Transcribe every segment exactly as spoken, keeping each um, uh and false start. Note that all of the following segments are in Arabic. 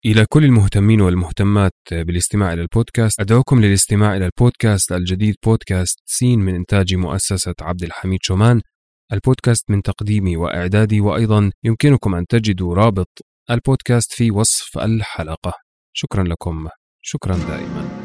إلى كل المهتمين والمهتمات بالاستماع إلى البودكاست، أدعوكم للاستماع إلى البودكاست الجديد بودكاست سين من إنتاج مؤسسة عبد الحميد شومان. البودكاست من تقديمي وإعدادي، وأيضا يمكنكم أن تجدوا رابط البودكاست في وصف الحلقة. شكرا لكم، شكرا دائما.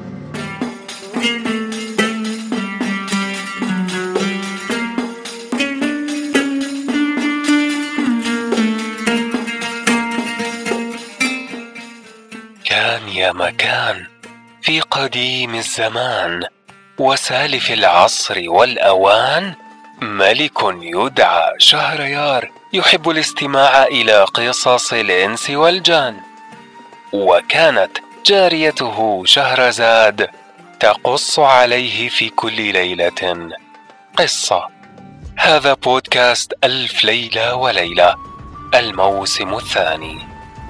كان يا مكان في قديم الزمان وسالف العصر والأوان ملك يدعى شهريار يحب الاستماع إلى قصص الإنس والجان، وكانت جاريته شهرزاد تقص عليه في كل ليلة قصة. هذا بودكاست ألف ليلة وليلة، الموسم الثاني.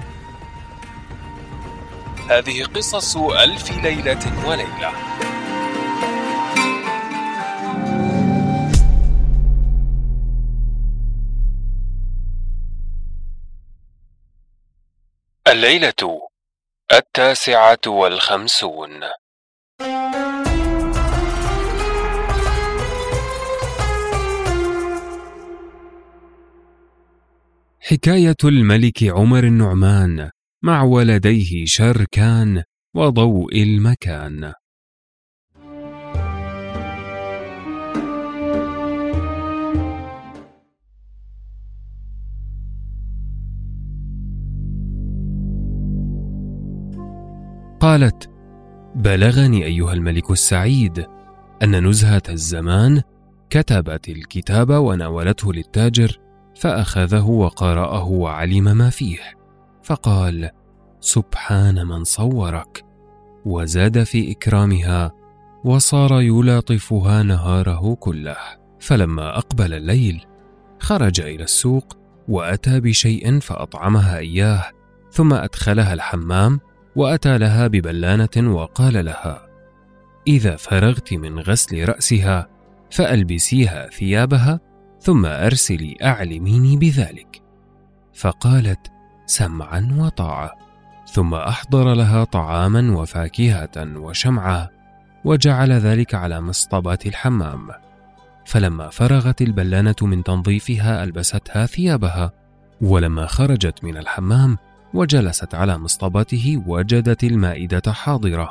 هذه قصص ألف ليلة وليلة. الليلة التاسعة والخمسون. حكاية الملك عمر النعمان مع ولديه شركان وضوء المكان. قالت: بلغني أيها الملك السعيد أن نزهة الزمان كتبت الكتاب وناولته للتاجر، فأخذه وقرأه وعلم ما فيه، فقال: سبحان من صورك، وزاد في إكرامها وصار يلاطفها نهاره كله. فلما أقبل الليل خرج إلى السوق وأتى بشيء فأطعمها إياه، ثم أدخلها الحمام وأتى لها ببلانة وقال لها: إذا فرغت من غسل رأسها فألبسيها ثيابها ثم أرسلي أعلميني بذلك. فقالت: سمعا وطاعة. ثم أحضر لها طعاما وفاكهة وشمعة وجعل ذلك على مصطبات الحمام. فلما فرغت البلانة من تنظيفها ألبستها ثيابها، ولما خرجت من الحمام وجلست على مصطبته وجدت المائدة حاضرة،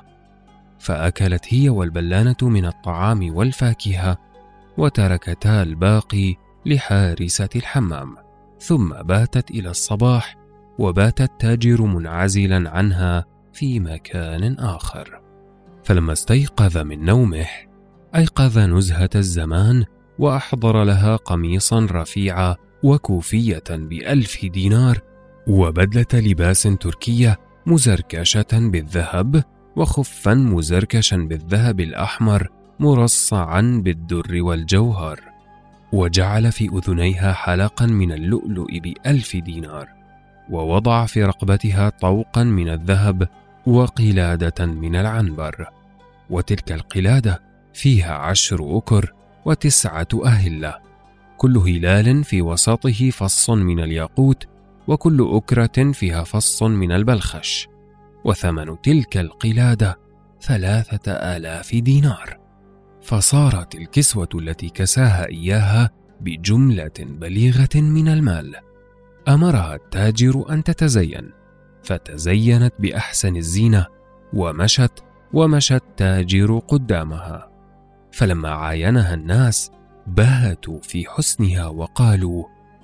فأكلت هي والبلانة من الطعام والفاكهة وتركتا الباقي لحارسة الحمام. ثم باتت إلى الصباح، وبات التاجر منعزلا عنها في مكان آخر. فلما استيقظ من نومه أيقظ نزهة الزمان وأحضر لها قميصا رفيعا وكوفية بألف دينار وبدلة لباس تركية مزركشة بالذهب وخفا مزركشا بالذهب الأحمر مرصعا بالدر والجوهر، وجعل في أذنيها حلقا من اللؤلؤ بألف دينار، ووضع في رقبتها طوقا من الذهب وقلادة من العنبر، وتلك القلادة فيها عشر أكر وتسعة أهلة، كل هلال في وسطه فص من الياقوت، وكل أكرة فيها فص من البلخش، وثمن تلك القلادة ثلاثة آلاف دينار. فصارت الكسوة التي كساها إياها بجملة بليغة من المال. أمرها التاجر أن تتزين، فتزينت بأحسن الزينة ومشت ومشى التاجر قدامها. فلما عاينها الناس بهتوا في حسنها وقالوا: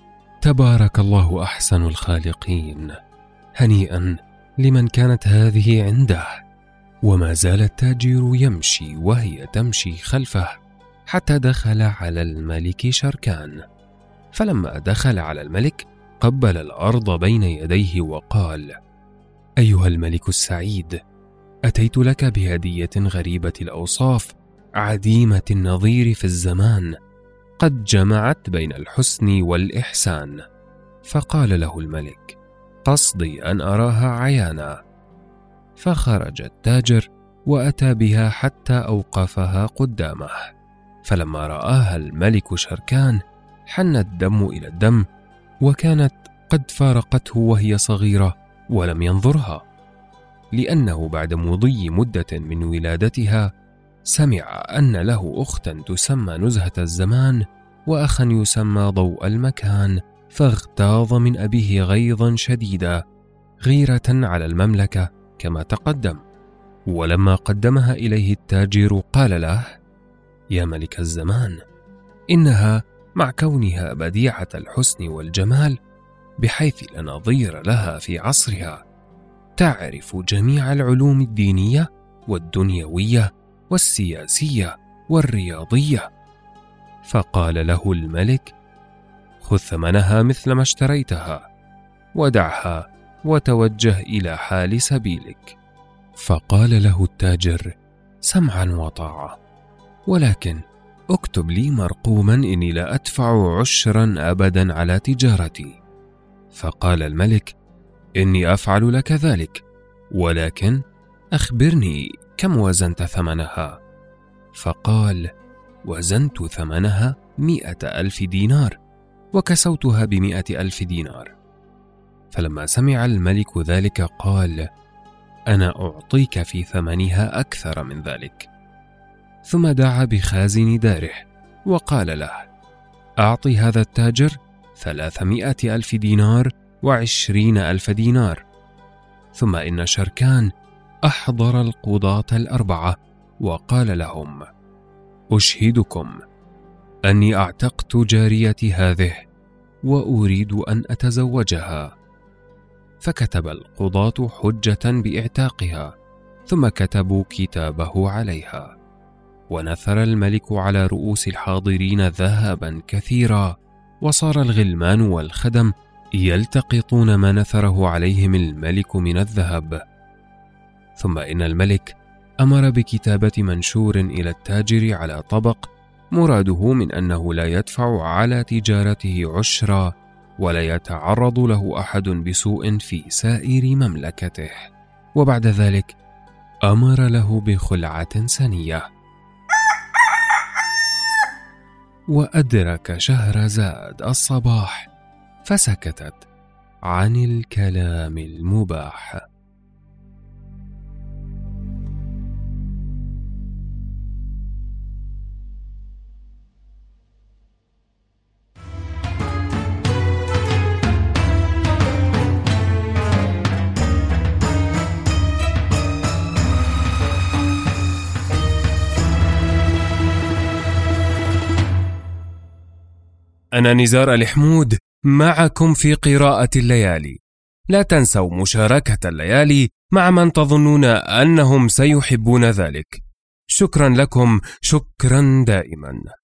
تبارك الله أحسن الخالقين، هنيئا لمن كانت هذه عنده. وما زال التاجر يمشي وهي تمشي خلفه حتى دخل على الملك شركان. فلما دخل على الملك قبل الأرض بين يديه وقال: أيها الملك السعيد، أتيت لك بهدية غريبة الأوصاف عديمة النظير في الزمان، قد جمعت بين الحسن والإحسان. فقال له الملك: قصدي أن أراها عيانا. فخرج التاجر وأتى بها حتى أوقفها قدامه. فلما رآها الملك شركان حن الدم إلى الدم، وكانت قد فارقته وهي صغيرة ولم ينظرها، لأنه بعد مضي مدة من ولادتها سمع أن له أختا تسمى نزهة الزمان وأخا يسمى ضوء المكان، فاغتاظ من أبيه غيظا شديدا غيرة على المملكة كما تقدم. ولما قدمها إليه التاجر قال له: يا ملك الزمان، إنها مع كونها بديعة الحسن والجمال بحيث لا نظير لها في عصرها، تعرف جميع العلوم الدينية والدنيوية والسياسية والرياضية. فقال له الملك: خذ ثمنها مثل ما اشتريتها، ودعها وتوجه إلى حال سبيلك. فقال له التاجر: سمعا وطاعة، ولكن اكتب لي مرقوما إني لا أدفع عشرا أبدا على تجارتي. فقال الملك: إني أفعل لك ذلك، ولكن أخبرني كم وزنت ثمنها؟ فقال: وزنت ثمنها مئة ألف دينار، وكسوتها بمئة ألف دينار. فلما سمع الملك ذلك قال: أنا أعطيك في ثمنها أكثر من ذلك. ثم دعا بخازن داره وقال له: أعطي هذا التاجر ثلاثمائة ألف دينار وعشرين ألف دينار. ثم إن شركان أحضر القضاة الأربعة وقال لهم: أشهدكم أني أعتقت جاريتي هذه وأريد أن أتزوجها. فكتب القضاة حجة بإعتاقها، ثم كتبوا كتابه عليها، ونثر الملك على رؤوس الحاضرين ذهبا كثيرا، وصار الغلمان والخدم يلتقطون ما نثره عليهم الملك من الذهب. ثم إن الملك أمر بكتابة منشور إلى التاجر على طبق، مراده من أنه لا يدفع على تجارته عشرا، ولا يتعرض له أحد بسوء في سائر مملكته. وبعد ذلك أمر له بخلعة سنية. وأدرك شهرزاد الصباح فسكتت عن الكلام المباح. أنا نزار الحمود معكم في قراءة الليالي. لا تنسوا مشاركة الليالي مع من تظنون أنهم سيحبون ذلك. شكرا لكم، شكرا دائما.